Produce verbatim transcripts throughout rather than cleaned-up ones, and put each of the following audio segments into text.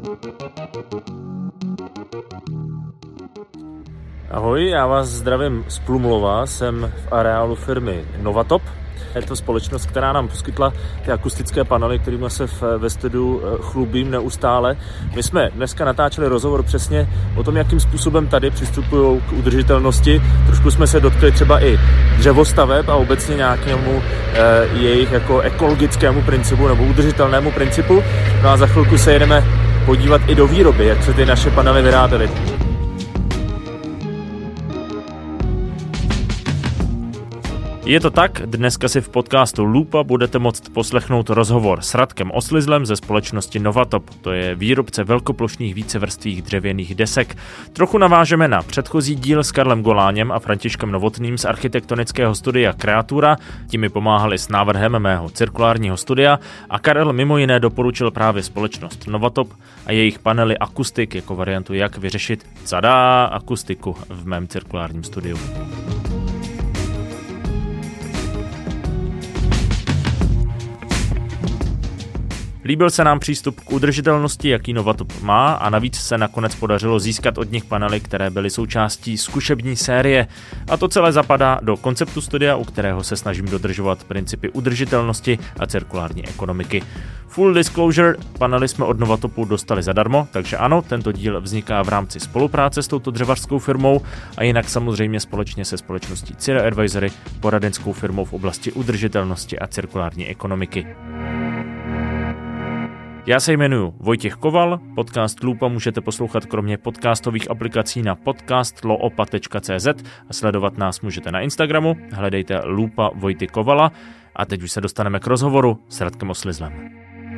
Ahoj, já vás zdravím z Plumlova, jsem v areálu firmy Novatop. Je to společnost, která nám poskytla ty akustické panely, kterými se ve studiu chlubím neustále. My jsme dneska natáčeli rozhovor přesně o tom, jakým způsobem tady přistupují k udržitelnosti. Trošku jsme se dotkli třeba i dřevostaveb a obecně nějakému eh, jejich jako ekologickému principu nebo udržitelnému principu. No a za chvilku se jedeme podívat i do výroby, jak se ty naše panely vyráběly. Je to tak, dneska si v podcastu Lupa budete moct poslechnout rozhovor s Radkem Oslizlem ze společnosti Novatop. To je výrobce velkoplošných vícevrstvých dřevěných desek. Trochu navážeme na předchozí díl s Karlem Goláněm a Františkem Novotným z architektonického studia Kreatura. Ti mi pomáhali s návrhem mého cirkulárního studia a Karel mimo jiné doporučil právě společnost Novatop a jejich panely akustik jako variantu, jak vyřešit zadá akustiku v mém cirkulárním studiu. Líbil se nám přístup k udržitelnosti, jaký Novatop má, a navíc se nakonec podařilo získat od nich panely, které byly součástí zkušební série. A to celé zapadá do konceptu studia, u kterého se snažím dodržovat principy udržitelnosti a cirkulární ekonomiky. Full disclosure, panely jsme od Novatopu dostali zadarmo, takže ano, tento díl vzniká v rámci spolupráce s touto dřevařskou firmou a jinak samozřejmě společně se společností Cira Advisory, poradenskou firmou v oblasti udržitelnosti a cirkulární ekonomiky. Já se jmenuji Vojtěch Koval, podcast Lupa můžete poslouchat kromě podcastových aplikací na podcast loopa tečka cé zet a sledovat nás můžete na Instagramu, hledejte Lupa Vojty Kovala a teď už se dostaneme k rozhovoru s Radkem Oslizlem.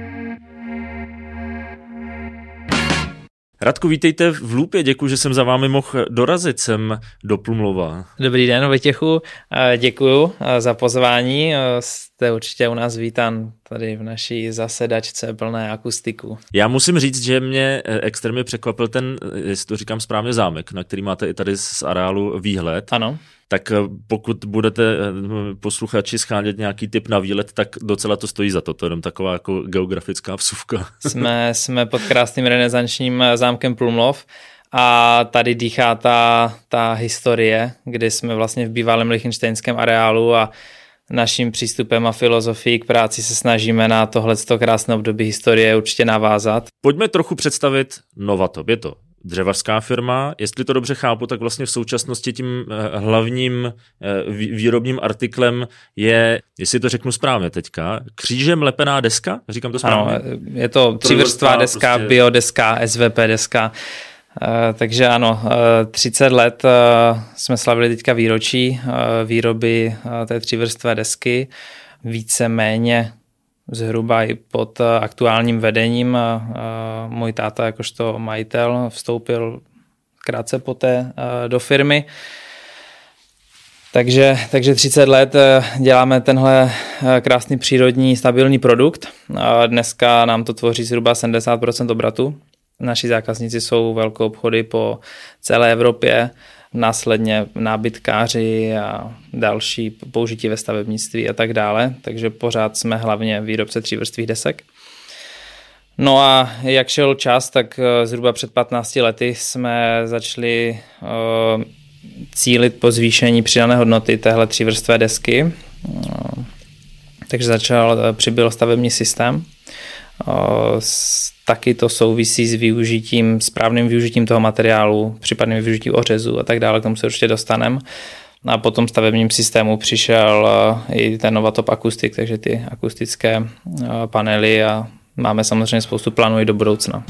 Radku, vítejte v Lupě, děkuji, že jsem za vámi mohl dorazit sem do Plumlova. Dobrý den, Vojtěchu, děkuji za pozvání, jste určitě u nás vítán tady v naší zasedačce plné akustiku. Já musím říct, že mě extrémně překvapil ten, jestli to říkám správně, zámek, na který máte i tady z areálu výhled. Ano. Tak pokud budete posluchači schánět nějaký tip na výlet, tak docela to stojí za to. To je jenom taková jako geografická vsuvka. Jsme, jsme pod krásným renesančním zámkem Plumlov a tady dýchá ta, ta historie, kdy jsme vlastně v bývalém lichtenštejnském areálu a naším přístupem a filozofií k práci se snažíme na tohleto krásné období historie určitě navázat. Pojďme trochu představit Novatop. Je to dřevařská firma, jestli to dobře chápu, tak vlastně v současnosti tím hlavním výrobním artiklem je, jestli to řeknu správně teďka, křížem lepená deska? Říkám to správně? Ano, je to třívrstvá deska, prostě biodeska, es vé pé deska. Uh, takže ano, uh, třicet let uh, jsme slavili teďka výročí uh, výroby uh, té třivrstvé desky, víceméně zhruba i pod uh, aktuálním vedením. Uh, můj táta jakožto majitel vstoupil krátce poté uh, do firmy. Takže, takže třicet let uh, děláme tenhle uh, krásný přírodní stabilní produkt. Uh, dneska nám to tvoří zhruba sedmdesát procent obratu. Naši zákazníci jsou velké obchody po celé Evropě, následně nábytkáři a další použití ve stavebnictví a tak dále, takže pořád jsme hlavně výrobce třívrstvých desek. No a jak šel čas, tak zhruba před patnácti lety jsme začali uh, cílit po zvýšení přidané hodnoty téhle třivrstvé desky, uh, takže začal, přibyl stavební systém. Uh, taky to souvisí s využitím, správným využitím toho materiálu, případným využitím ořezu a tak dále, k tomu se určitě dostaneme. A po tom stavebním systému přišel i ten Novatop Akustik, takže ty akustické panely a máme samozřejmě spoustu plánů i do budoucna.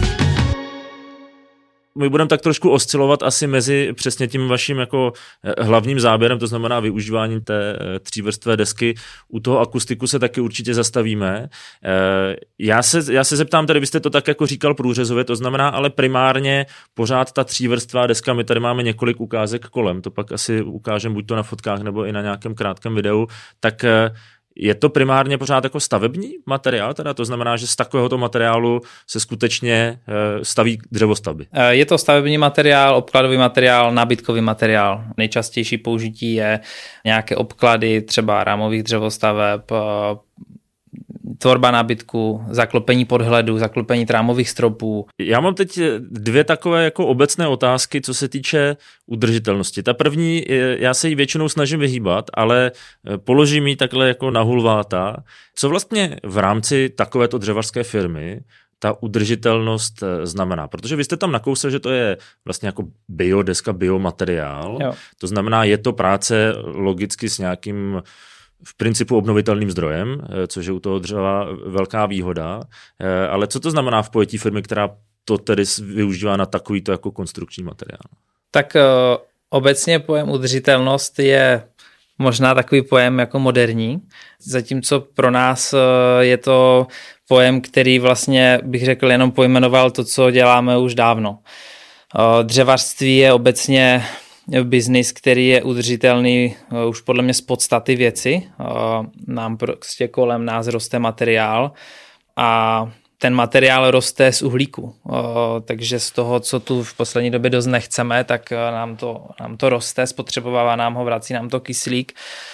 My budeme tak trošku oscilovat asi mezi přesně tím vaším jako hlavním záběrem, to znamená využívání té třívrstvé desky. U toho akustiku se taky určitě zastavíme. Já se, já se zeptám, tady vy jste to tak jako říkal průřezově, to znamená ale primárně pořád ta třívrstvá deska, my tady máme několik ukázek kolem, to pak asi ukážeme buď to na fotkách nebo i na nějakém krátkém videu, tak je to primárně pořád jako stavební materiál, teda to znamená, že z takovéhoto materiálu se skutečně staví dřevostavby? Je to stavební materiál, obkladový materiál, nábytkový materiál. Nejčastější použití je nějaké obklady, třeba rámových dřevostaveb, tvorba nábytku, zaklopení podhledu, zaklopení trámových stropů. Já mám teď dvě takové jako obecné otázky, co se týče udržitelnosti. Ta první, já se jí většinou snažím vyhýbat, ale položím ji takhle jako na hulváta. Co vlastně v rámci takovéto dřevařské firmy ta udržitelnost znamená? Protože vy jste tam nakousl, že to je vlastně jako biodeska, biomateriál. Jo. To znamená, je to práce logicky s nějakým v principu obnovitelným zdrojem, což je u toho dřeva velká výhoda. Ale co to znamená v pojetí firmy, která to tedy využívá na takovýto jako konstrukční materiál? Tak obecně pojem udržitelnost je možná takový pojem jako moderní, zatímco pro nás je to pojem, který vlastně bych řekl jenom pojmenoval to, co děláme už dávno. Dřevařství je obecně biznis, který je udržitelný už podle mě z podstaty věci. Nám prostě kolem nás roste materiál a ten materiál roste z uhlíku. Takže z toho, co tu v poslední době dost nechceme, tak nám to, nám to roste, spotřebovává nám ho, vrací nám to kyslík.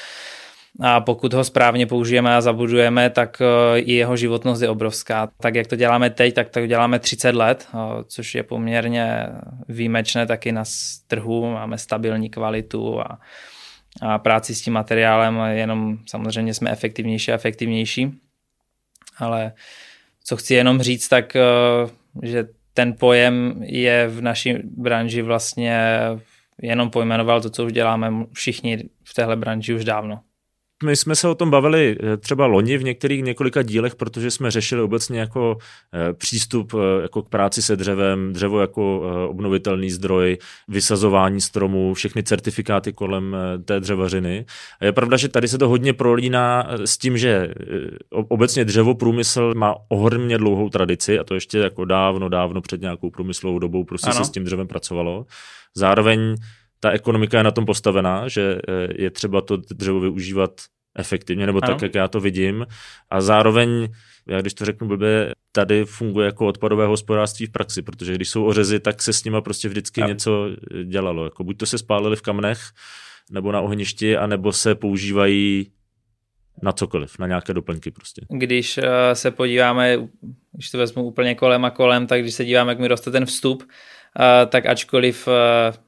A pokud ho správně použijeme a zabudujeme, tak i jeho životnost je obrovská. Tak jak to děláme teď, tak to děláme třicet let, což je poměrně výjimečné taky na trhu. Máme stabilní kvalitu a, a práci s tím materiálem, jenom samozřejmě jsme efektivnější a efektivnější. Ale co chci jenom říct, tak že ten pojem je v naší branži vlastně jenom pojmenoval to, co už děláme všichni v téhle branži už dávno. My jsme se o tom bavili třeba loni v některých několika dílech, protože jsme řešili obecně jako přístup jako k práci se dřevem, dřevo jako obnovitelný zdroj, vysazování stromů, všechny certifikáty kolem té dřevařiny. A je pravda, že tady se to hodně prolíná s tím, že obecně dřevoprůmysl má ohromně dlouhou tradici a to ještě jako dávno, dávno před nějakou průmyslovou dobou prostě ano. se s tím dřevem pracovalo. Zároveň ta ekonomika je na tom postavená, že je třeba to dřevo využívat efektivně, nebo ano. tak, jak já to vidím. A zároveň, já když to řeknu blbě, tady funguje jako odpadové hospodářství v praxi, protože když jsou ořezy, tak se s nima prostě vždycky ano. něco dělalo. Jako buď to se spálili v kamnech, nebo na ohništi, anebo se používají na cokoliv, na nějaké doplňky prostě. Když uh, se podíváme, když to vezmu úplně kolem a kolem, tak když se díváme, jak mi roste ten vstup, uh, tak ačkoliv uh,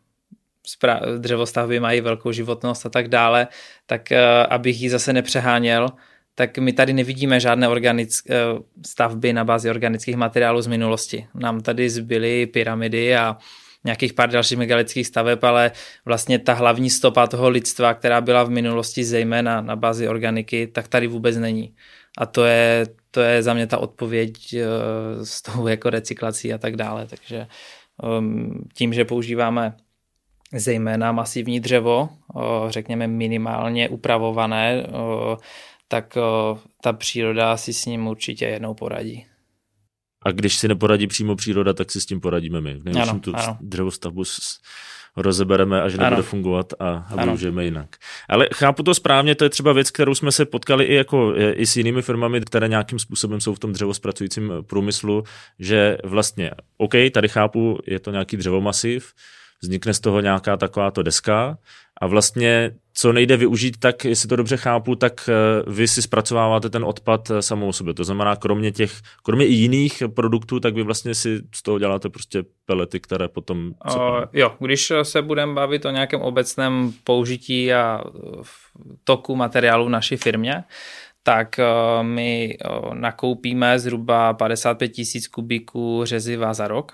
dřevostavby mají velkou životnost a tak dále, tak abych ji zase nepřeháněl, tak my tady nevidíme žádné organické stavby na bázi organických materiálů z minulosti. Nám tady zbyly pyramidy a nějakých pár dalších megalitských staveb, ale vlastně ta hlavní stopa toho lidstva, která byla v minulosti zejména na bázi organiky, tak tady vůbec není. A to je, to je za mě ta odpověď s tou jako recyklací a tak dále. Takže tím, že používáme zejména masivní dřevo, řekněme minimálně upravované, tak ta příroda si s ním určitě jednou poradí. A když si neporadí přímo příroda, tak si s tím poradíme my. V nejlepším tu ano. dřevostavbu rozebereme, až nebude ano. fungovat a, a využijeme jinak. Ale chápu to správně, to je třeba věc, kterou jsme se potkali i, jako, i s jinými firmami, které nějakým způsobem jsou v tom dřevospracujícím průmyslu, že vlastně, OK, tady chápu, je to nějaký dřevomasiv, vznikne z toho nějaká takováto deska a vlastně co nejde využít, tak jestli to dobře chápu, tak vy si zpracováváte ten odpad samou sobě. To znamená, kromě těch, kromě i jiných produktů, tak vy vlastně si z toho děláte prostě pelety, které potom... Uh, jo, když se budeme bavit o nějakém obecném použití a toku materiálu v naší firmě, tak uh, my uh, nakoupíme zhruba padesát pět tisíc kubíků řeziva za rok.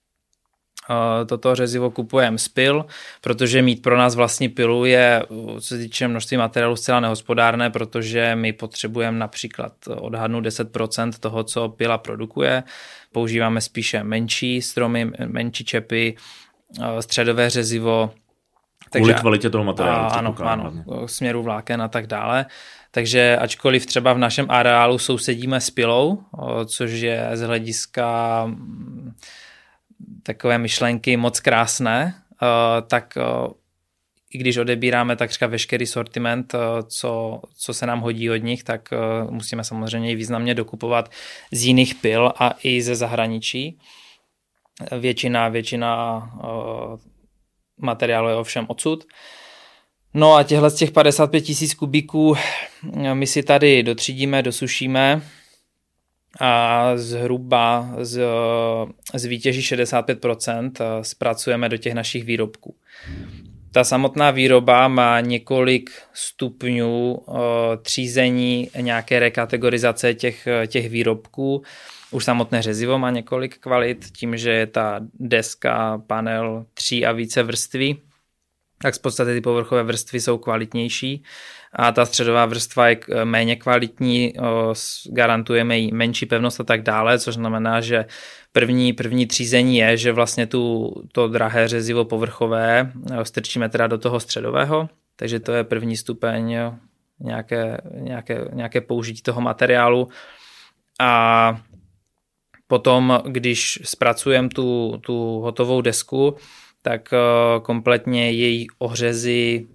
Toto řezivo kupujeme z pil, protože mít pro nás vlastní pilu je, co se týče množství materiálu, zcela nehospodárné, protože my potřebujeme například odhadnout deset procent toho, co pila produkuje. Používáme spíše menší stromy, menší čepy, středové řezivo. Kvůli kvalitě toho materiálu. Ano, ano, směru vláken a tak dále. Takže ačkoliv třeba v našem areálu sousedíme s pilou, což je z hlediska takové myšlenky moc krásné, tak i když odebíráme takřka veškerý sortiment, co, co se nám hodí od nich, tak musíme samozřejmě i významně dokupovat z jiných pil a i ze zahraničí. Většina, většina materiálu je ovšem odsud. No a těchhle z těch padesát pět tisíc kubíků my si tady dotřídíme, dosušíme a zhruba z, z výtěží šedesát pět procent zpracujeme do těch našich výrobků. Ta samotná výroba má několik stupňů třízení, nějaké rekategorizace těch, těch výrobků. Už samotné řezivo má několik kvalit, tím, že je ta deska, panel tří a více vrství, tak z podstaty ty povrchové vrstvy jsou kvalitnější a ta středová vrstva je méně kvalitní, garantujeme jí menší pevnost a tak dále, což znamená, že první, první třízení je, že vlastně tu, to drahé řezivo povrchové strčíme teda do toho středového, takže to je první stupeň nějaké, nějaké, nějaké použití toho materiálu. A potom, když zpracujeme tu, tu hotovou desku, tak kompletně její ořezy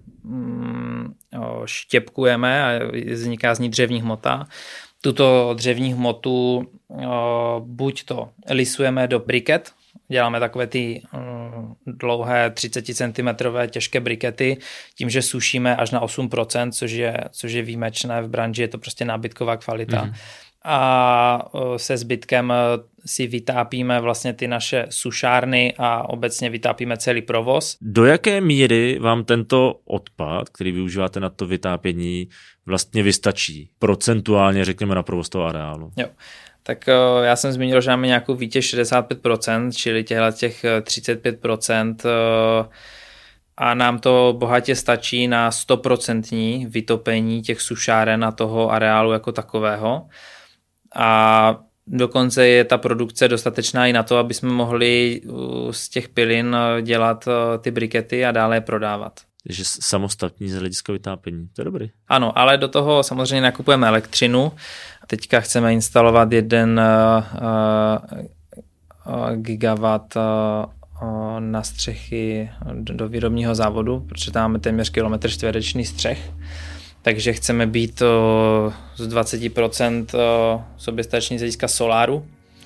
štěpkujeme a vzniká z ní dřevní hmota. Tuto dřevní hmotu buď to lisujeme do briket, děláme takové ty dlouhé třicet centimetrů těžké brikety, tím, že sušíme až na osm procent, což je, což je výjimečné v branži, je to prostě nábytková kvalita. Mm. A se zbytkem si vytápíme vlastně ty naše sušárny a obecně vytápíme celý provoz. Do jaké míry vám tento odpad, který využíváte na to vytápění, vlastně vystačí procentuálně, řekněme, na provoz toho areálu? Jo. Tak já jsem zmínil, že máme nějakou výtěž šedesát pět procent, čili těchto těch třicet pět procent a nám to bohatě stačí na sto procent vytopení těch sušáren a toho areálu jako takového. A dokonce je ta produkce dostatečná i na to, aby jsme mohli z těch pilin dělat ty brikety a dále je prodávat. Takže samostatní z hlediska vytápění, to je dobrý. Ano, ale do toho samozřejmě nakupujeme elektřinu. Teďka chceme instalovat jeden uh, uh, gigawatt uh, na střechy do, do výrobního závodu, protože tam máme téměř kilometr čtvereční střech. Takže chceme být uh, z dvacet procent uh, soběstační z hlediska soláru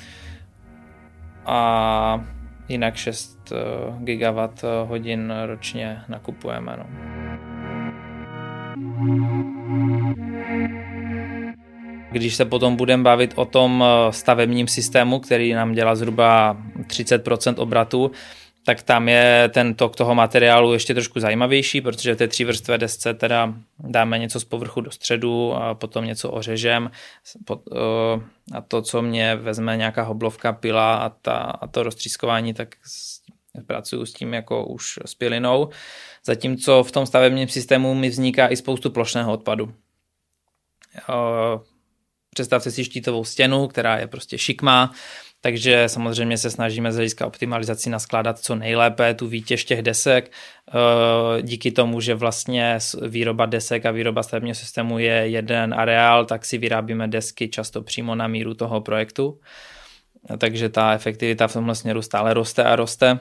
a jinak šest uh, gigawatt hodin ročně nakupujeme. No. Když se potom budeme bavit o tom stavebním systému, který nám dělá zhruba třicet procent obratu, tak tam je ten tok toho materiálu ještě trošku zajímavější, protože v té třívrstvé desce teda dáme něco z povrchu do středu a potom něco ořežem a to, co mě vezme nějaká hoblovka, pila a, ta, a to roztřískování, tak pracuju s tím jako už s pilinou. Zatímco v tom stavebním systému mi vzniká i spoustu plošného odpadu. Představte si štítovou stěnu, která je prostě šikmá, takže samozřejmě se snažíme z hlediska optimalizací naskládat co nejlépe tu výtěž těch desek. Díky tomu, že vlastně výroba desek a výroba stavebního systému je jeden areál, tak si vyrábíme desky často přímo na míru toho projektu. Takže ta efektivita v tomhle směru stále roste a roste.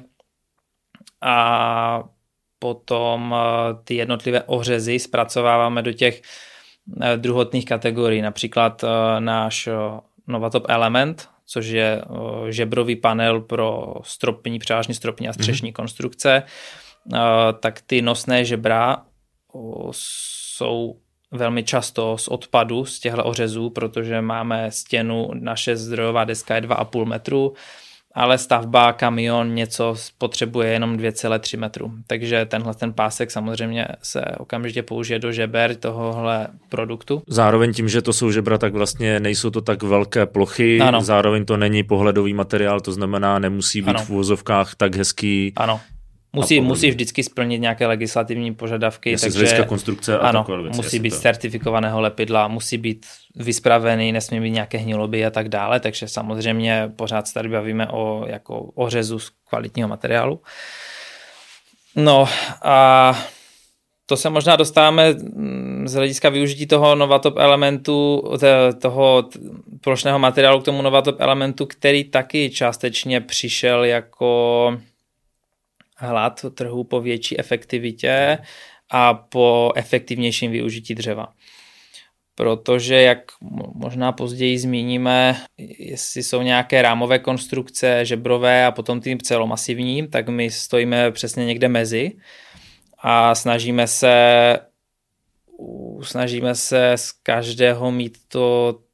A potom ty jednotlivé ořezy zpracováváme do těch druhotných kategorií. Například náš Novatop Element, což je žebrový panel pro stropní, převážně stropní a střešní mm-hmm. konstrukce, tak ty nosné žebra jsou velmi často z odpadu z těchto ořezů, protože máme stěnu, naše zdrojová deska je dva a půl metru, ale stavba, kamion, něco potřebuje jenom dvě celé tři metru. Takže tenhle ten pásek samozřejmě se okamžitě použije do žeber tohohle produktu. Zároveň tím, že to jsou žebra, tak vlastně nejsou to tak velké plochy, ano. Zároveň to není pohledový materiál, to znamená, nemusí být ano. v uvozovkách tak hezký. Ano. Musí, musí vždycky splnit nějaké legislativní požadavky. Jestli takže z hlediska konstrukce a ano, takové věci. Musí být to... certifikovaného lepidla, musí být vyspravený, nesmí být nějaké hniloby a tak dále, takže samozřejmě pořád se tady bavíme o jako ořezu z kvalitního materiálu. No a to se možná dostáváme z hlediska využití toho Novatop Elementu, toho plošného materiálu k tomu Novatop Elementu, který taky částečně přišel jako hlad trhu po větší efektivitě a po efektivnějším využití dřeva. Protože, jak možná později zmíníme, jestli jsou nějaké rámové konstrukce, žebrové a potom ty celomasivní, tak my stojíme přesně někde mezi a snažíme se, snažíme se z každého mít to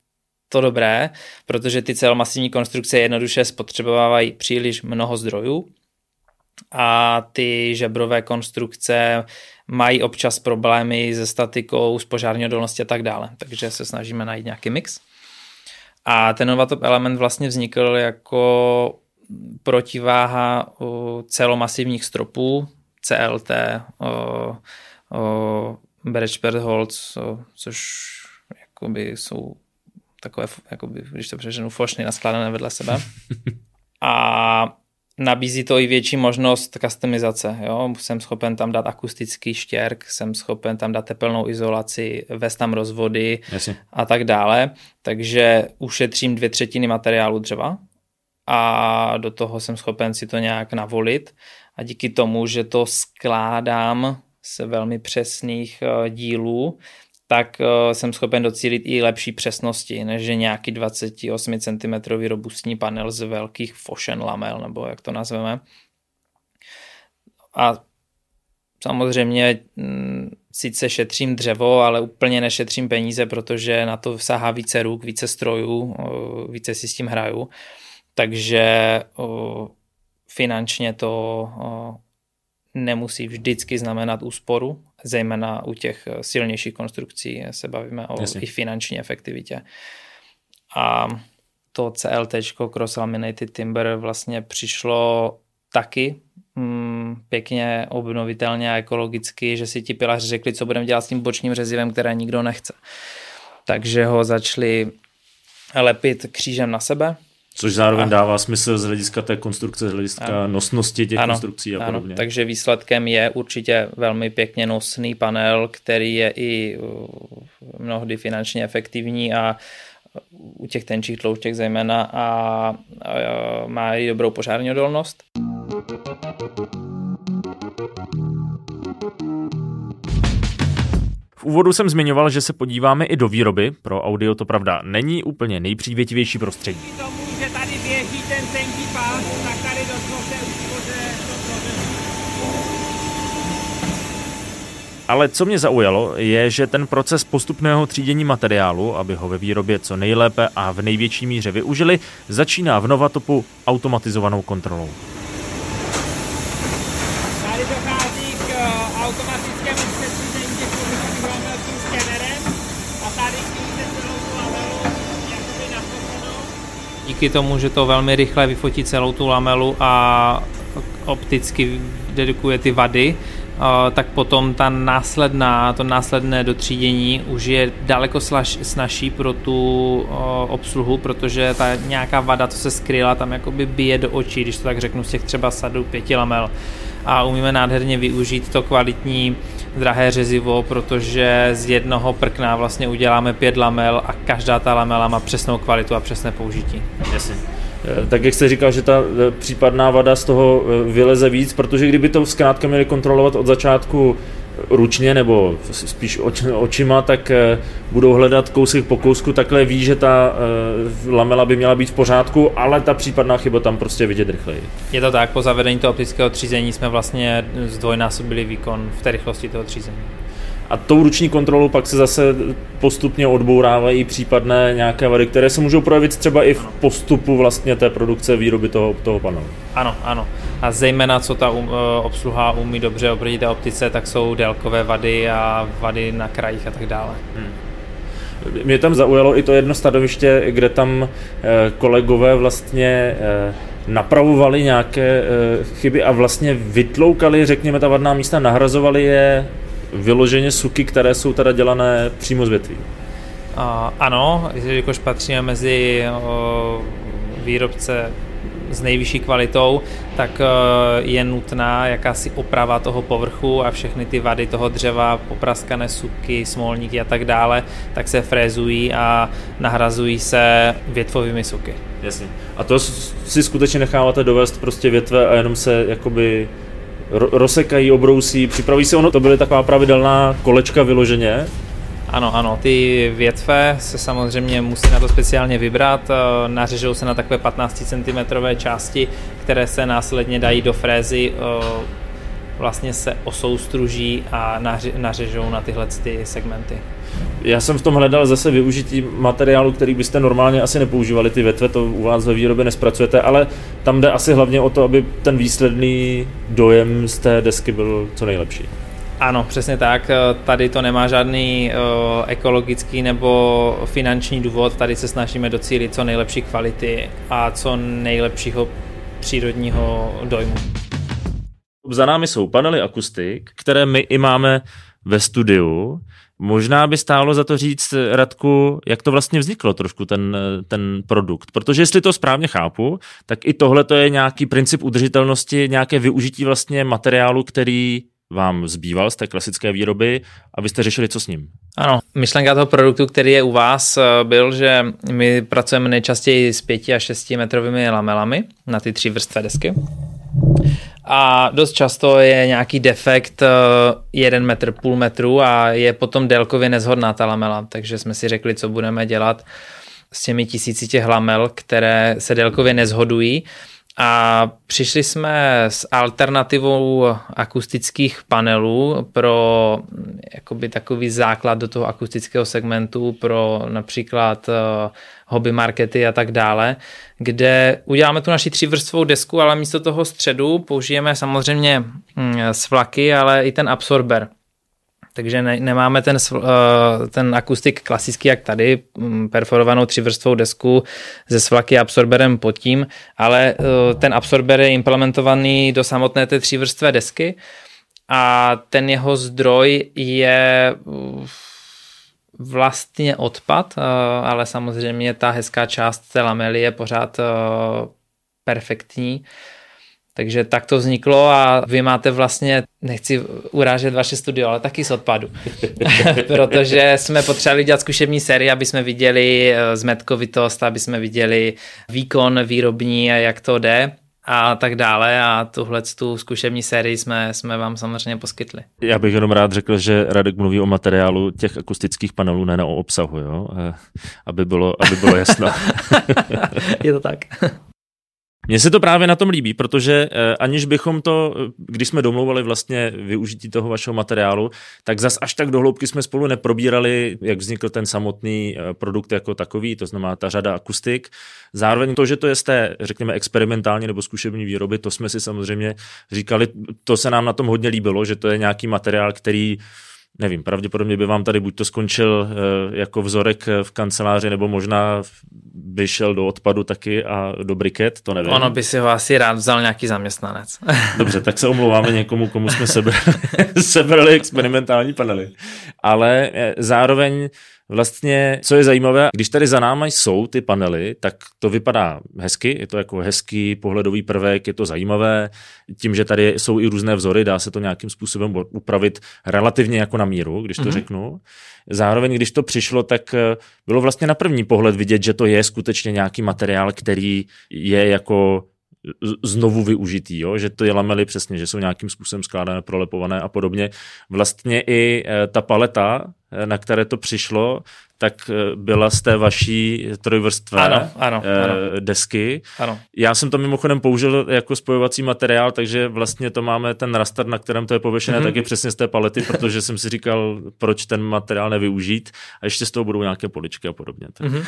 to dobré, protože ty celomasivní konstrukce jednoduše spotřebovávají příliš mnoho zdrojů a ty žebrové konstrukce mají občas problémy se statikou, s požární odolností a tak dále. Takže se snažíme najít nějaký mix. A ten Novatop Element vlastně vznikl jako protiváha celomasivních stropů C L T, Berechbertholz, což jakoby jsou takové, jakoby, když to přeženu, fošny naskládané vedle sebe. A nabízí to i větší možnost customizace. Jo? Jsem schopen tam dát akustický štěrk, jsem schopen tam dát tepelnou izolaci, vést tam rozvody Jasně. a tak dále. Takže ušetřím dvě třetiny materiálu dřeva a do toho jsem schopen si to nějak navolit. A díky tomu, že to skládám z velmi přesných dílů, tak jsem schopen docílit i lepší přesnosti, než je nějaký dvacet osm centimetrů robustní panel z velkých Foschen lamel, nebo jak to nazveme. A samozřejmě sice šetřím dřevo, ale úplně nešetřím peníze, protože na to sahá více ruk, více strojů, více si s tím hraju. Takže finančně to nemusí vždycky znamenat úsporu, zejména u těch silnějších konstrukcí se bavíme o Jasně. i finanční efektivitě. A to C L T, Cross Laminated Timber, vlastně přišlo taky mm, pěkně obnovitelně a ekologicky, že si ti pilaři řekli, co budeme dělat s tím bočním řezivem, které nikdo nechce. Takže ho začali lepit křížem na sebe. Což zároveň a... dává smysl z hlediska té konstrukce, z hlediska ano. nosnosti těch ano. konstrukcí a podobně. Ano. Takže výsledkem je určitě velmi pěkně nosný panel, který je i mnohdy finančně efektivní a u těch tenčích tlouštěk zejména a, a má i dobrou požární odolnost. V úvodu jsem zmiňoval, že se podíváme i do výroby. Pro audio to pravda není úplně nejpřívětivější prostředí. Díky tomu, že tady běží ten tenký pás, tak tady došlo k té úspoře do procesu. Ale co mě zaujalo, je, že ten proces postupného třídění materiálu, aby ho ve výrobě co nejlépe a v největší míře využili, začíná v Novatopu automatizovanou kontrolou. Tady dochází k automatickému přestřízení těch povrchových lamel tím skenerem a tady vidíte celou tu lamelu jakoby nafocenou. Díky tomu, že to velmi rychle vyfotí celou tu lamelu a opticky dedukuje ty vady, tak potom ta následná, to následné dotřídění už je daleko snazší pro tu obsluhu, protože ta nějaká vada, co se skryla, tam jakoby bije do očí, když to tak řeknu, z těch třeba sadu pěti lamel. A umíme nádherně využít to kvalitní drahé řezivo, protože z jednoho prkna vlastně uděláme pět lamel a každá ta lamela má přesnou kvalitu a přesné použití. Jasně. Tak jak jste říkal, že ta případná vada z toho vyleze víc, protože kdyby to zkrátka měli kontrolovat od začátku ručně nebo spíš očima, tak budou hledat kousek po kousku, takhle ví, že ta lamela by měla být v pořádku, ale ta případná chyba tam prostě vidět rychleji. Je to tak, po zavedení toho optického třízení jsme vlastně zdvojnásobili výkon v té rychlosti toho třízení. A tou ruční kontrolou pak se zase postupně odbourávají případné nějaké vady, které se můžou projevit třeba i v postupu vlastně té produkce výroby toho, toho panelu. Ano, ano. A zejména co ta um, obsluha umí dobře oproti té optice, tak jsou délkové vady a vady na krajích a tak dále. Hmm. Mě tam zaujalo i to jedno stanoviště, kde tam kolegové vlastně napravovali nějaké chyby a vlastně vytloukali, řekněme, ta vadná místa, nahrazovali je vyloženě suky, které jsou teda dělané přímo z větví. Uh, ano, jakož patříme mezi uh, výrobce s nejvyšší kvalitou, tak uh, je nutná jakási oprava toho povrchu a všechny ty vady toho dřeva, popraskané suky, smolníky a tak dále, tak se frézují a nahrazují se větvovými suky. Jasně. A to si skutečně necháváte dovést prostě větve a jenom se jakoby rozsekají, obrousí, připraví se ono, to byly taková pravidelná kolečka vyloženě. Ano, ano, ty větve se samozřejmě musí na to speciálně vybrat, nařežou se na takové patnácticentimetrové části, které se následně dají do frézy, vlastně se osoustruží a nařežou na tyhle ty segmenty. Já jsem v tom hledal zase využití materiálu, který byste normálně asi nepoužívali, ty větve, to u vás ve výrobě nespracujete, ale tam jde asi hlavně o to, aby ten výsledný dojem z té desky byl co nejlepší. Ano, přesně tak. Tady to nemá žádný uh, ekologický nebo finanční důvod. Tady se snažíme docílit co nejlepší kvality a co nejlepšího přírodního dojmu. Za námi jsou panely akustik, které my i máme ve studiu. Možná by stálo za to říct, Radku, jak to vlastně vzniklo trošku ten, ten produkt. Protože jestli to správně chápu, tak i tohle to je nějaký princip udržitelnosti, nějaké využití vlastně materiálu, který vám zbýval z té klasické výroby a vy jste řešili, co s ním. Ano, myšlenka toho produktu, který je u vás, byl, že my pracujeme nejčastěji s pěti a šesti metrovými lamelami na ty tři vrstvé desky. A dost často je nějaký defekt jeden metr, půl metru a je potom délkově nezhodná ta lamela. Takže jsme si řekli, co budeme dělat s těmi tisíci těch lamel, které se délkově nezhodují. A přišli jsme s alternativou akustických panelů pro jakoby takový základ do toho akustického segmentu pro například hobby markety a tak dále, kde uděláme tu naši třívrstvou desku, ale místo toho středu použijeme samozřejmě svlaky, ale i ten absorber. Takže ne, nemáme ten, ten akustik klasický, jak tady, perforovanou třivrstvou desku se svlaky a absorberem pod tím, ale ten absorber je implementovaný do samotné té třivrstvé desky a ten jeho zdroj je vlastně odpad, ale samozřejmě ta hezká část té lamely je pořád perfektní. Takže tak to vzniklo a vy máte vlastně, nechci urážet vaše studio, ale taky z odpadu. Protože jsme potřebovali dělat zkušební sérii, aby jsme viděli zmetkovitost, aby jsme viděli výkon výrobní a jak to jde a tak dále a tuhle tu zkušební sérii jsme, jsme vám samozřejmě poskytli. Já bych jenom rád řekl, že Radek mluví o materiálu těch akustických panelů, ne o obsahu, jo? Aby bylo, aby bylo jasno. Je to tak. Mně se to právě na tom líbí, protože eh, aniž bychom to, když jsme domlouvali vlastně využití toho vašeho materiálu, tak zas až tak do hloubky jsme spolu neprobírali, jak vznikl ten samotný eh, produkt jako takový, to znamená ta řada akustik. Zároveň to, že to je z té, řekněme, experimentální nebo zkušební výroby, to jsme si samozřejmě říkali, to se nám na tom hodně líbilo, že to je nějaký materiál, který nevím, pravděpodobně by vám tady buď to skončil jako vzorek v kanceláři, nebo možná by šel do odpadu taky a do briket, to nevím. Ono by si ho asi rád vzal nějaký zaměstnanec. Dobře, tak se omlouváme někomu, komu jsme sebrali, sebrali experimentální panely. Ale zároveň vlastně, co je zajímavé, když tady za náma jsou ty panely, tak to vypadá hezky, je to jako hezký pohledový prvek, je to zajímavé, tím, že tady jsou i různé vzory, dá se to nějakým způsobem upravit relativně jako na míru, když to mm-hmm. řeknu. Zároveň, když to přišlo, tak bylo vlastně na první pohled vidět, že to je skutečně nějaký materiál, který je jako znovu využitý, jo? Že to je lamely přesně, že jsou nějakým způsobem skládané, prolepované a podobně. Vlastně i ta paleta, na které to přišlo, tak byla z té vaší trojvrstvé ano, ano, ano. desky. Ano. Já Já jsem to mimochodem použil jako spojovací materiál, takže vlastně to máme ten raster, na kterém to je pověšené, mm-hmm. taky přesně z té palety, protože jsem si říkal, proč ten materiál nevyužít a ještě z toho budou nějaké poličky a podobně. Mm-hmm.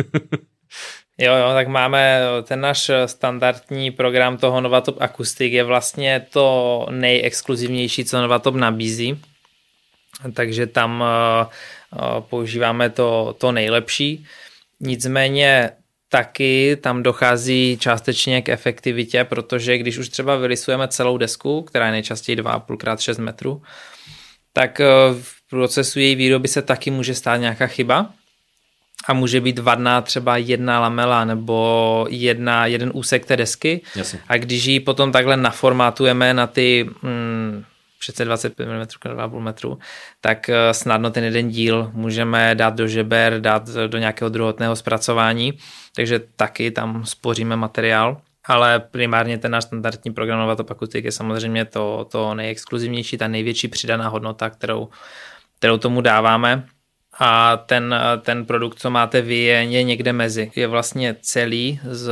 Jo, jo, tak máme ten náš standardní program toho Novatop Acoustic je vlastně to nejexkluzivnější, co Novatop nabízí. Takže tam uh, uh, používáme to, to nejlepší. Nicméně taky tam dochází částečně k efektivitě, protože když už třeba vylisujeme celou desku, která je nejčastěji dva a půl krát šest metrů, tak uh, v procesu její výroby se taky může stát nějaká chyba. A může být vadná třeba jedna lamela nebo jedna, jeden úsek té desky. Jasně. A když ji potom takhle naformátujeme na ty mm, přece dvacet pět milimetrů krát dva a půl metru, tak snadno ten jeden díl můžeme dát do žeber, dát do nějakého druhotného zpracování. Takže taky tam spoříme materiál. Ale primárně ten náš standardní program Novatop Acoustic je samozřejmě to, to nejexkluzivnější, ta největší přidaná hodnota, kterou, kterou tomu dáváme. A ten, ten produkt, co máte vy, je, je někde mezi. Je vlastně celý z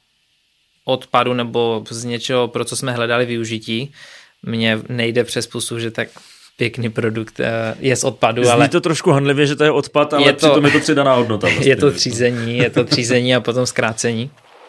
odpadu nebo z něčeho, pro co jsme hledali využití. Mně nejde přes pusu, že tak pěkný produkt, je z odpadu. Zní ale to trošku hanlivě, že to je odpad, ale je to, přitom je to přidaná hodnota. Vlastně. Je to třízení, je to třízení a potom zkrácení.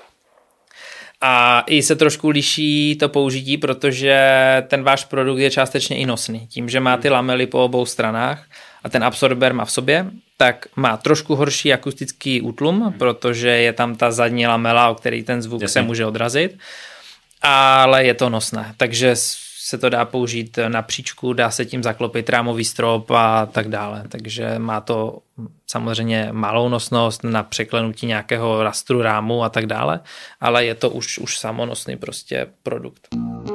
A i se trošku liší to použití, protože ten váš produkt je částečně i nosný. Tím, že má ty lamely po obou stranách a ten absorber má v sobě, tak má trošku horší akustický útlum, protože je tam ta zadní lamela, o který ten zvuk Jasně. se může odrazit, ale je to nosné. Takže se to dá použít na příčku, dá se tím zaklopit rámový strop a tak dále. Takže má to samozřejmě malou nosnost na překlenutí nějakého rastru rámu a tak dále, ale je to už, už samonosný prostě produkt.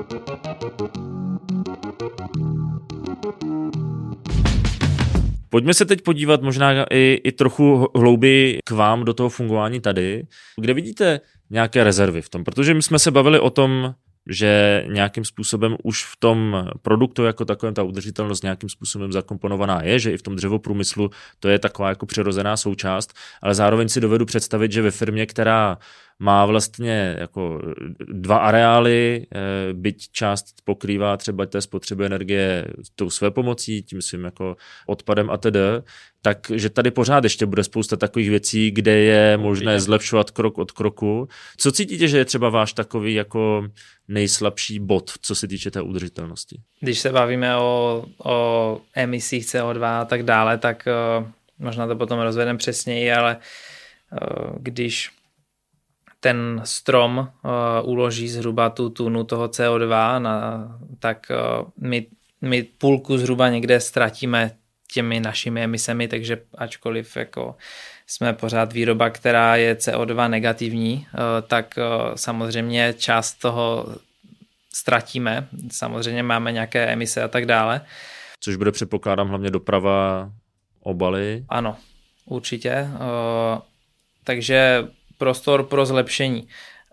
Pojďme se teď podívat možná i, i trochu hlouběji k vám do toho fungování tady. Kde vidíte nějaké rezervy v tom? Protože my jsme se bavili o tom, že nějakým způsobem už v tom produktu jako takovém ta udržitelnost nějakým způsobem zakomponovaná je, že i v tom dřevoprůmyslu to je taková jako přirozená součást, ale zároveň si dovedu představit, že ve firmě, která má vlastně jako dva areály, byť část pokrývá třeba té spotřeby energie tou své pomocí, tím svým jako odpadem a tedy, takže tady pořád ještě bude spousta takových věcí, kde je možné zlepšovat krok od kroku. Co cítíte, že je třeba váš takový jako nejslabší bod, co se týče té udržitelnosti? Když se bavíme o, o emisích C O dva a tak dále, tak uh, možná to potom rozvedeme přesněji, ale uh, když ten strom uh, uloží zhruba tu tunu toho C O dva, na, tak uh, my, my půlku zhruba někde ztratíme těmi našimi emisemi, takže ačkoliv jako jsme pořád výroba, která je C O dva negativní, uh, tak uh, samozřejmě část toho ztratíme. Samozřejmě máme nějaké emise a tak dále. Což bude, předpokládám, hlavně doprava, obaly. Ano, určitě. Uh, takže prostor pro zlepšení.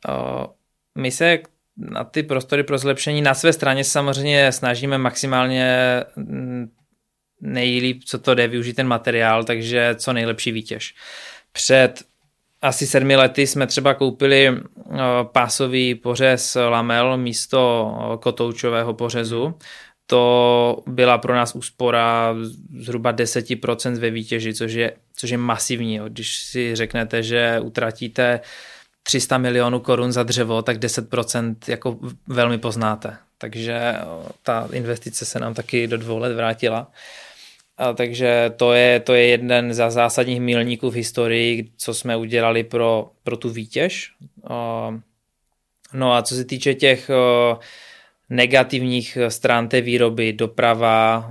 My se na ty prostory pro zlepšení na své straně samozřejmě snažíme maximálně nejlíp, co to jde, využít ten materiál, takže co nejlepší výtěž. Před asi sedmi lety jsme třeba koupili pásový pořez lamel místo kotoučového pořezu. To byla pro nás úspora zhruba deset procent ve výtěži, což je, což je masivní. Když si řeknete, že utratíte tři sta milionů korun za dřevo, tak deset procent jako velmi poznáte. Takže ta investice se nám taky do dvou let vrátila. A takže to je, to je jeden z zásadních milníků v historii, co jsme udělali pro, pro tu výtěž. No a co se týče těch negativních stran té výroby, doprava,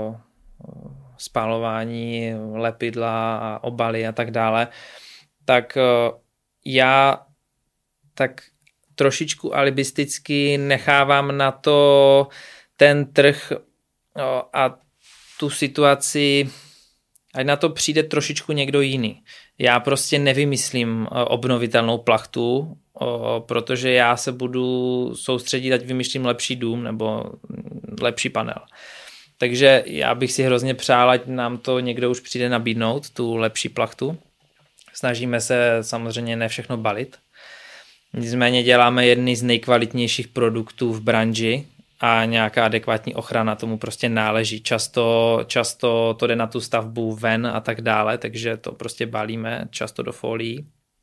spalování, lepidla a obaly a tak dále, tak já tak trošičku alibisticky nechávám na to ten trh a tu situaci, ať na to přijde trošičku někdo jiný. Já prostě nevymyslím obnovitelnou plachtu, protože já se budu soustředit, ať vymýšlím lepší dům nebo lepší panel. Takže já bych si hrozně přál, ať nám to někdo už přijde nabídnout, tu lepší plachtu. Snažíme se samozřejmě ne všechno balit. Nicméně děláme jedny z nejkvalitnějších produktů v branži a nějaká adekvátní ochrana tomu prostě náleží. Často, často to jde na tu stavbu ven a tak dále, takže to prostě balíme často do folií.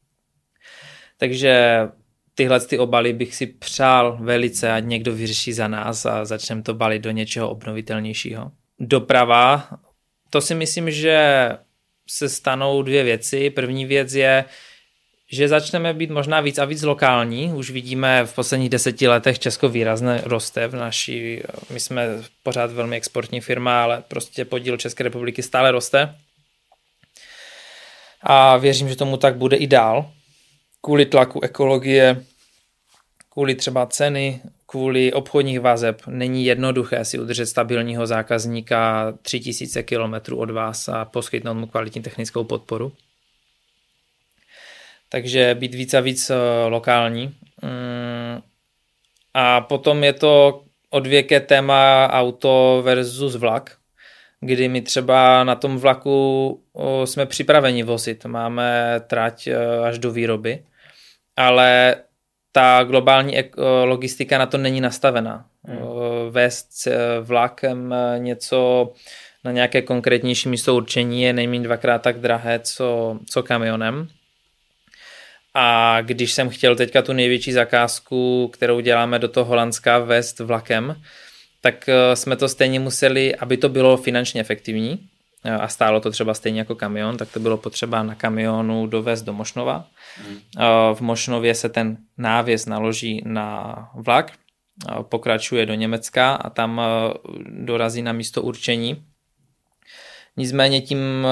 Takže tyhle ty obaly bych si přál velice, ať někdo vyřeší za nás a začneme to balit do něčeho obnovitelnějšího. Doprava, to si myslím, že se stanou dvě věci. První věc je, že začneme být možná víc a víc lokální. Už vidíme v posledních deseti letech Česko výrazně roste v naší, my jsme pořád velmi exportní firma, ale prostě podíl České republiky stále roste. A věřím, že tomu tak bude i dál. Kvůli tlaku ekologie, kvůli třeba ceny, kvůli obchodních vazeb není jednoduché si udržet stabilního zákazníka tři tisíce kilometrů od vás a poskytnout mu kvalitní technickou podporu. Takže být víc a víc lokální. A potom je to odvěké téma auto versus vlak, kdy my třeba na tom vlaku jsme připraveni vozit. Máme trať až do výroby, ale ta globální logistika na to není nastavená. Hmm. vést vlakem něco na nějaké konkrétnější místo určení je nejméně dvakrát tak drahé, co, co kamionem. A když jsem chtěl teďka tu největší zakázku, kterou děláme do toho Holandska, vést vlakem, tak jsme to stejně museli, aby to bylo finančně efektivní a stálo to třeba stejně jako kamion, tak to bylo potřeba na kamionu dovést do Mošnova. Hmm. V Mošnově se ten návěs naloží na vlak, pokračuje do Německa a tam dorazí na místo určení. Nicméně tím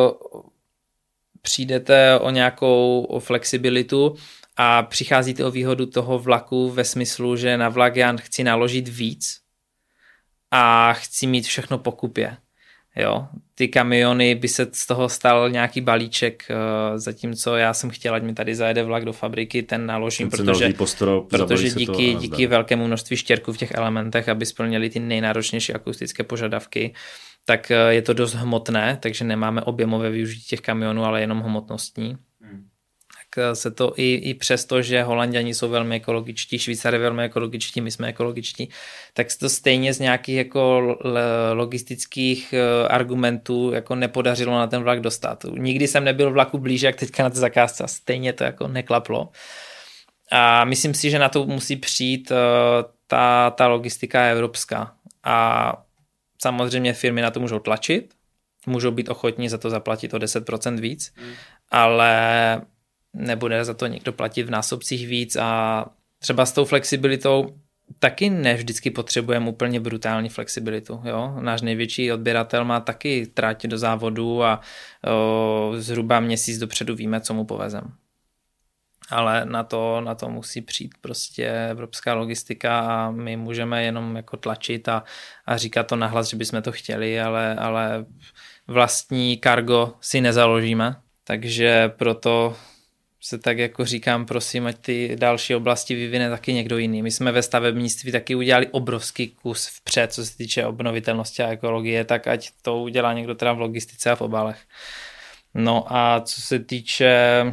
přijdete o nějakou flexibilitu a přicházíte o výhodu toho vlaku ve smyslu, že na vlak já chci naložit víc a chci mít všechno po kupě. Jo, ty kamiony by se z toho stal nějaký balíček, zatímco já jsem chtěl, ať mi tady zajede vlak do fabriky, ten naložím, ten protože, postrop, protože díky, díky velkému množství štěrků v těch elementech, aby splnili ty nejnáročnější akustické požadavky, tak je to dost hmotné, takže nemáme objemové využití těch kamionů, ale jenom hmotnostní. Hmm. Tak se to i, i přesto, že Holanďani jsou velmi ekologičtí, Švýcaři velmi ekologičtí, my jsme ekologičtí, tak se to stejně z nějakých jako logistických argumentů jako nepodařilo na ten vlak dostat. Nikdy jsem nebyl vlaku blíže, jak teďka na té zakázce, stejně to jako neklaplo. A myslím si, že na to musí přijít ta, ta logistika evropská. A samozřejmě firmy na to můžou tlačit, můžou být ochotní za to zaplatit o deset procent víc, mm. ale nebude za to někdo platit v násobcích víc a třeba s tou flexibilitou taky ne vždycky potřebujeme úplně brutální flexibilitu. Jo? Náš největší odběratel má taky trať do závodu a o, zhruba měsíc dopředu víme, co mu povezem. Ale na to, na to musí přijít prostě evropská logistika a my můžeme jenom jako tlačit a, a říkat to nahlas, že bychom to chtěli, ale, ale vlastní cargo si nezaložíme, takže proto se tak jako říkám, prosím, ať ty další oblasti vyvine taky někdo jiný. My jsme ve stavebnictví taky udělali obrovský kus vpřed, co se týče obnovitelnosti a ekologie, tak ať to udělá někdo teda v logistice a v obalech. No a co se týče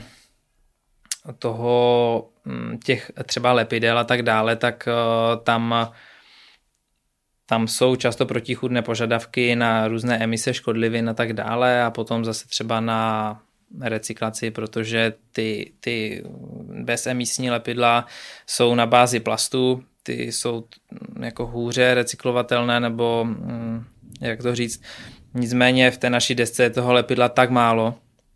toho těch třeba lepidel a tak dále, tak tam, tam jsou často protichůdné požadavky na různé emise škodlivin a tak dále a potom zase třeba na recyklaci, protože ty, ty bezemisní lepidla jsou na bázi plastu, ty jsou jako hůře recyklovatelné nebo jak to říct, nicméně v té naší desce je toho lepidla tak málo,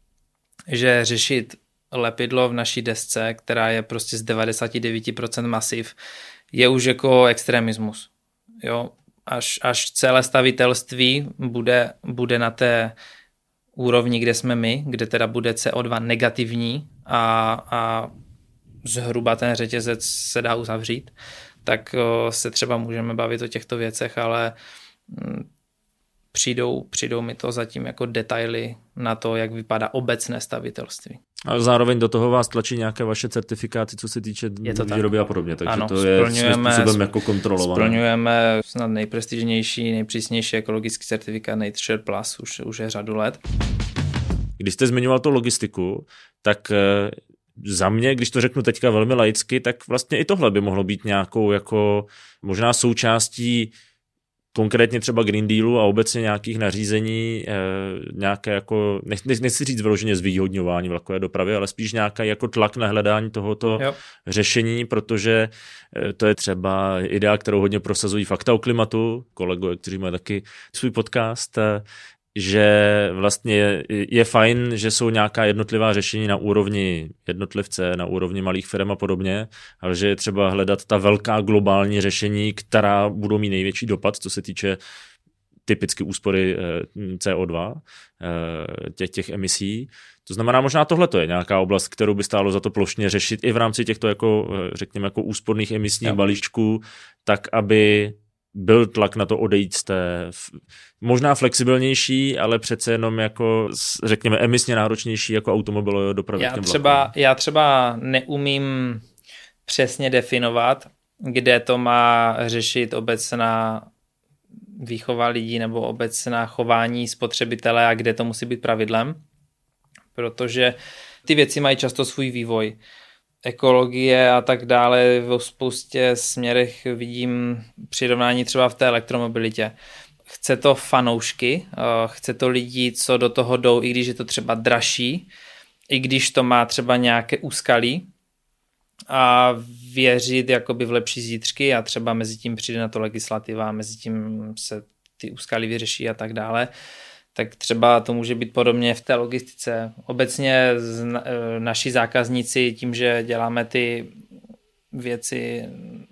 že řešit lepidlo v naší desce, která je prostě z devadesát devět procent masiv, je už jako extremismus. Jo? Až, až celé stavitelství bude, bude na té úrovni, kde jsme my, kde teda bude C O dva negativní a, a zhruba ten řetězec se dá uzavřít, tak o, se třeba můžeme bavit o těchto věcech, ale m, přijdou, přijdou mi to zatím jako detaily na to, jak vypadá obecné stavitelství. A zároveň do toho vás tlačí nějaké vaše certifikáty, co se týče výroby a podobně, takže ano, to je svým způsobem jako kontrolované. Splňujeme snad nejprestižnější, nejpřísnější ekologický certifikát Nature Plus, už, už je řadu let. Když jste zmiňoval tu logistiku, tak za mě, když to řeknu teďka velmi laicky, tak vlastně i tohle by mohlo být nějakou jako možná součástí konkrétně třeba Green Dealu a obecně nějakých nařízení, eh, nějaké jako, nech, nechci říct vyloženě zvýhodňování vlakové dopravy, ale spíš nějaký jako tlak na hledání tohoto jo. řešení, protože eh, to je třeba idea, kterou hodně prosazují Fakta o klimatu, kolegové, kteří mají taky svůj podcast, eh, že vlastně je, je fajn, že jsou nějaká jednotlivá řešení na úrovni jednotlivce, na úrovni malých firm a podobně, ale že je třeba hledat ta velká globální řešení, která budou mít největší dopad, co se týče typicky úspory C O dva, těch, těch emisí. To znamená, možná tohle to je nějaká oblast, kterou by stálo za to plošně řešit i v rámci těchto, jako, řekněme, jako úsporných emisních ja. balíčků, tak aby byl tlak na to odejít z té možná flexibilnější, ale přece jenom jako, řekněme, emisně náročnější jako automobilové dopravy. Já třeba, já třeba neumím přesně definovat, kde to má řešit obecná výchova lidí nebo obecná chování spotřebitele a kde to musí být pravidlem, protože ty věci mají často svůj vývoj. ekologie a tak dále v spoustě směrech vidím přirovnání třeba v té elektromobilitě. Chce to fanoušky, chce to lidi, co do toho jdou, i když je to třeba dražší, i když to má třeba nějaké úskalí a věřit jakoby v lepší zítřky a třeba mezi tím přijde na to legislativa, mezi tím se ty úskalí vyřeší a tak dále. Tak třeba to může být podobně v té logistice. Obecně naši zákazníci tím, že děláme ty věci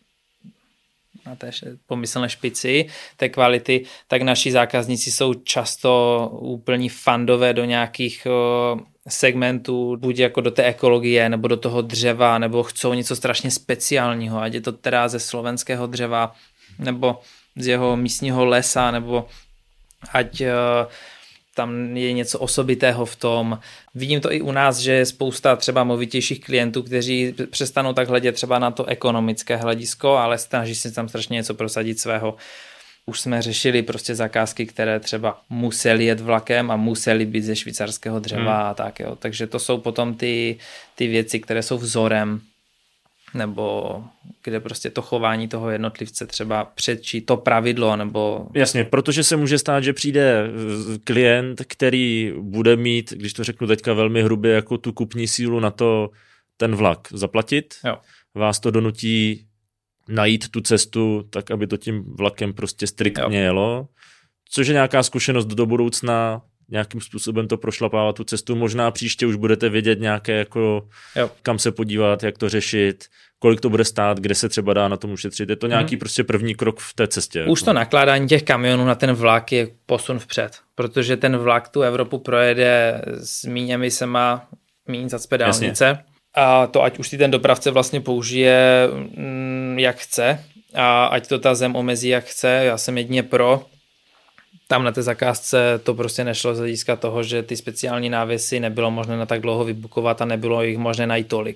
na té pomyslné špici té kvality, tak naši zákazníci jsou často úplní fandové do nějakých segmentů, buď jako do té ekologie, nebo do toho dřeva, nebo chcou něco strašně speciálního, ať je to teda ze slovenského dřeva, nebo z jeho místního lesa, nebo ať tam je něco osobitého v tom. Vidím to i u nás, že je spousta třeba movitějších klientů, kteří přestanou tak hledět třeba na to ekonomické hledisko, ale snaží se tam strašně něco prosadit svého. Už jsme řešili prostě zakázky, které třeba museli jet vlakem a museli být ze švýcarského dřeva hmm. a tak. Jo. Takže to jsou potom ty, ty věci, které jsou vzorem, nebo kde prostě to chování toho jednotlivce třeba předčí to pravidlo, nebo... Jasně, protože se může stát, že přijde klient, který bude mít, když to řeknu teďka velmi hrubě, jako tu kupní sílu na to ten vlak zaplatit. Jo. Vás to donutí najít tu cestu tak, aby to tím vlakem prostě striktně jo. jelo, což je nějaká zkušenost do budoucna, nějakým způsobem to prošlapává tu cestu. Možná příště už budete vědět nějaké, jako, jo. kam se podívat, jak to řešit, kolik to bude stát, kde se třeba dá na tom ušetřit. Je to nějaký hmm. prostě první krok v té cestě. Už jako. To nakládání těch kamionů na ten vlak je posun vpřed, protože ten vlak tu Evropu projede s míň emisema, míň zacpe dálnice. Jasně. A to ať už si ten dopravce vlastně použije mm, jak chce a ať to ta zem omezí jak chce. Já jsem jedině pro. Tam na té zakázce to prostě nešlo z hlediska toho, že ty speciální návěsy nebylo možné na tak dlouho vybukovat a nebylo jich možné najít tolik.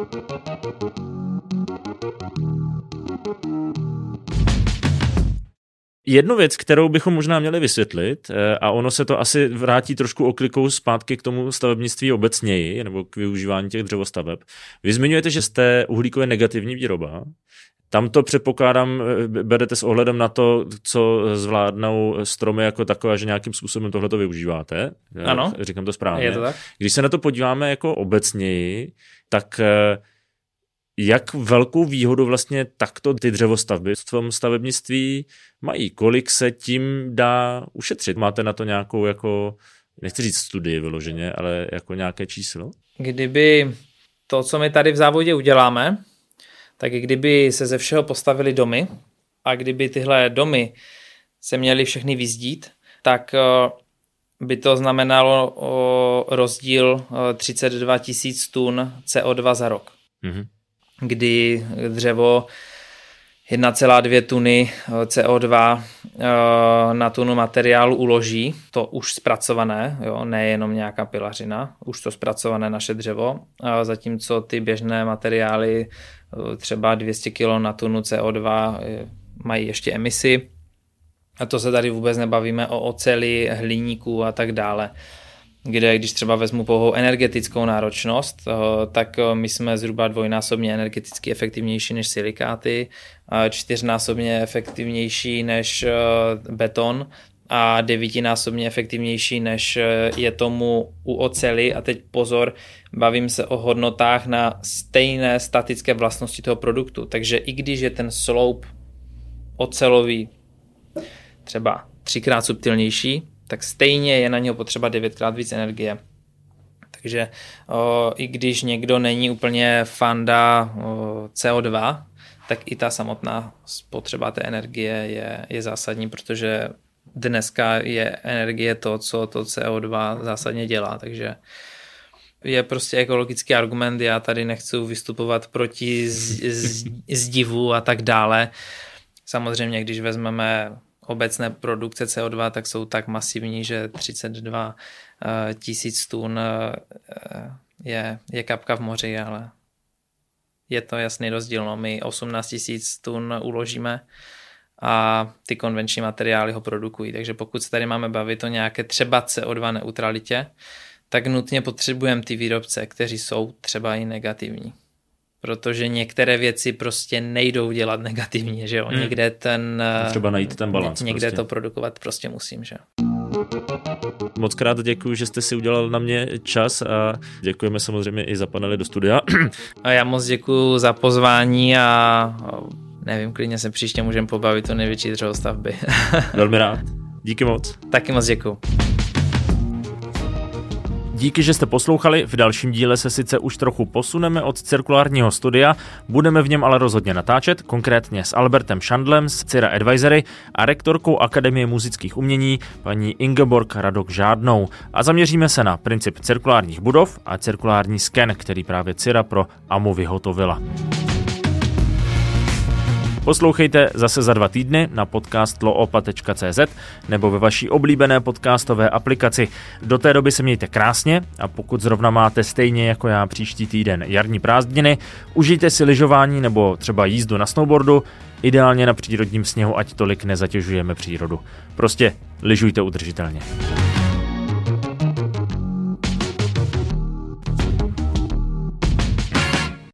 Jednu věc, kterou bychom možná měli vysvětlit, a ono se to asi vrátí trošku oklikou zpátky k tomu stavebnictví obecněji, nebo k využívání těch dřevostaveb. Vy zmiňujete, že jste uhlíkově negativní výroba. Tam to předpokládám, berete s ohledem na to, co zvládnou stromy jako takové, že nějakým způsobem tohle to využíváte. Ano. Říkám to správně. Je to tak? Když se na to podíváme jako obecněji, tak jak velkou výhodu vlastně takto ty dřevostavby v tom stavebnictví mají? Kolik se tím dá ušetřit? Máte na to nějakou, jako, nechci říct studii vyloženě, ale jako nějaké číslo? Kdyby to, co my tady v závodě uděláme, tak kdyby se ze všeho postavili domy a kdyby tyhle domy se měly všechny vyzdít, tak by to znamenalo rozdíl třicet dva tisíc tun C O dva za rok. Mm-hmm. Kdy dřevo jedna celá dvě tuny C O dva na tunu materiálu uloží, to už zpracované, jo, nejenom nějaká pilařina, už to zpracované naše dřevo, zatímco ty běžné materiály třeba dvě stě kilo na tunu C O dva mají ještě emisi a to se tady vůbec nebavíme o oceli, hliníku a tak dále. Kde když třeba vezmu pouhou energetickou náročnost, tak my jsme zhruba dvojnásobně energeticky efektivnější než silikáty, čtyřnásobně efektivnější než beton a devítinásobně efektivnější než je tomu u oceli. A teď pozor, bavím se o hodnotách na stejné statické vlastnosti toho produktu. Takže i když je ten sloup ocelový třeba třikrát subtilnější, tak stejně je na něho potřeba devětkrát víc energie. Takže o, i když někdo není úplně fanda o, C O dva, tak i ta samotná spotřeba té energie je, je zásadní, protože dneska je energie to, co to C O dva zásadně dělá. Takže je prostě ekologický argument, já tady nechci vystupovat proti z, z, zdivu a tak dále. Samozřejmě, když vezmeme obecné produkce C O dva, tak jsou tak masivní, že třicet dva tisíc tun je, je kapka v moři, ale je to jasný rozdíl. No, my osmnáct tisíc tun uložíme a ty konvenční materiály ho produkují. Takže pokud se tady máme bavit o nějaké třeba C O dva neutralitě, tak nutně potřebujeme ty výrobce, kteří jsou třeba i negativní. protože některé věci prostě nejdou dělat negativně, že jo, hmm. někde ten... Třeba najít ten balans. Někde prostě. to produkovat prostě musím, že jo. Moc krát děkuji, že jste si udělal na mě čas a děkujeme samozřejmě i za panely do studia. A já moc děkuji za pozvání a nevím, klidně se příště můžeme pobavit o největší dřevostavby. Velmi rád. Díky moc. Taky moc děkuji. Díky, že jste poslouchali, v dalším díle se sice už trochu posuneme od cirkulárního studia, budeme v něm ale rozhodně natáčet, konkrétně s Albertem Šandlem z Cira Advisory a rektorkou Akademie múzických umění paní Ingeborg Radok Žádnou a zaměříme se na princip cirkulárních budov a cirkulární sken, který právě Cira pro A M U vyhotovila. Poslouchejte zase za dva týdny na podcast loopa tečka cé zet nebo ve vaší oblíbené podcastové aplikaci. Do té doby se mějte krásně a pokud zrovna máte stejně jako já příští týden jarní prázdniny, užijte si lyžování nebo třeba jízdu na snowboardu, ideálně na přírodním sněhu, ať tolik nezatěžujeme přírodu. Prostě lyžujte udržitelně.